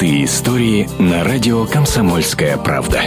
Простые истории на радио «Комсомольская правда».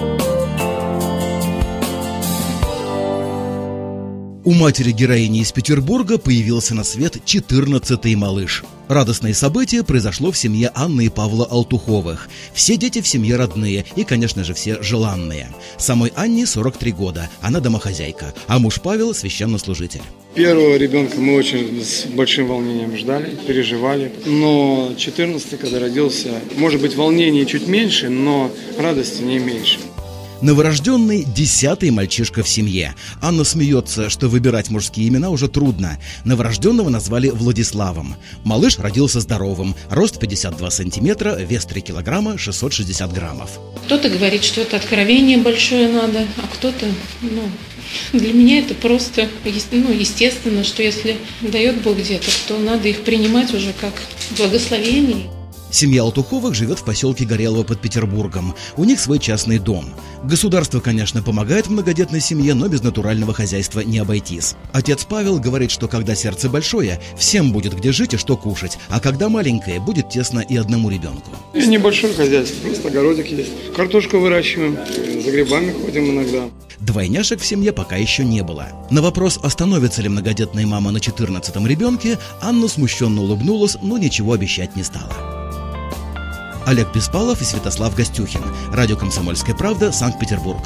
У матери героини из Петербурга появился на свет 14-й малыш. Радостное событие произошло в семье Анны и Павла Алтуховых. Все дети в семье родные и, конечно же, все желанные. Самой Анне 43 года, она домохозяйка, а муж Павел – священнослужитель. Первого ребенка мы очень с большим волнением ждали, переживали. Но 14-й, когда родился, может быть, волнение чуть меньше, но радости не меньше. Новорожденный 10-й мальчишка в семье. Анна смеется, что выбирать мужские имена уже трудно. Новорожденного назвали Владиславом. Малыш родился здоровым. Рост 52 сантиметра, вес 3 килограмма, 660 граммов. Кто-то говорит, что это откровение большое надо, а кто-то, для меня это просто, естественно, что если дает Бог деток, то надо их принимать уже как благословение. Семья Алтуховых живет в поселке Горелого под Петербургом. У них свой частный дом. Государство, конечно, помогает многодетной семье, но без натурального хозяйства не обойтись. Отец Павел говорит, что когда сердце большое, всем будет где жить и что кушать, а когда маленькое, будет тесно и одному ребенку. И небольшое хозяйство, просто огородик есть. Картошку выращиваем, за грибами ходим иногда. Двойняшек в семье пока еще не было. На вопрос, остановится ли многодетная мама на 14-м ребенке, Анна смущенно улыбнулась, но ничего обещать не стала. Олег Беспалов и Святослав Гостюхин. Радио «Комсомольская правда», Санкт-Петербург.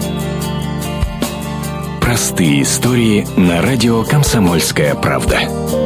Простые истории на радио «Комсомольская правда».